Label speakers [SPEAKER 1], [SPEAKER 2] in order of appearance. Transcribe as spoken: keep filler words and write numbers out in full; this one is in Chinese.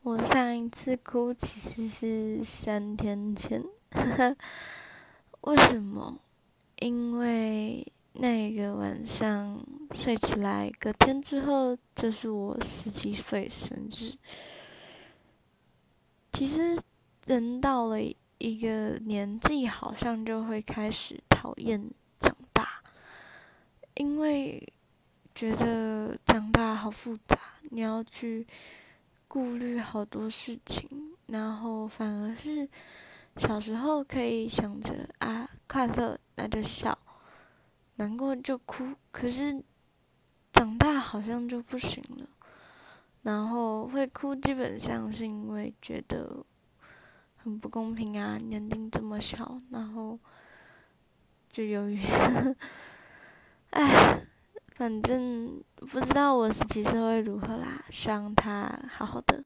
[SPEAKER 1] 我上一次哭其实是三天前，为什么？因为那个晚上睡起来，隔天之后就是我十七岁生日。其实人到了一个年纪，好像就会开始讨厌长大，因为觉得长大好复杂，你要去顾虑好多事情，然后反而是小时候可以想着啊，快乐那就笑，难过就哭。可是长大好像就不行了，然后会哭，基本上是因为觉得很不公平啊，年龄这么小，然后就由于，唉，反正不知道我十几岁会如何啦，希望他好好的。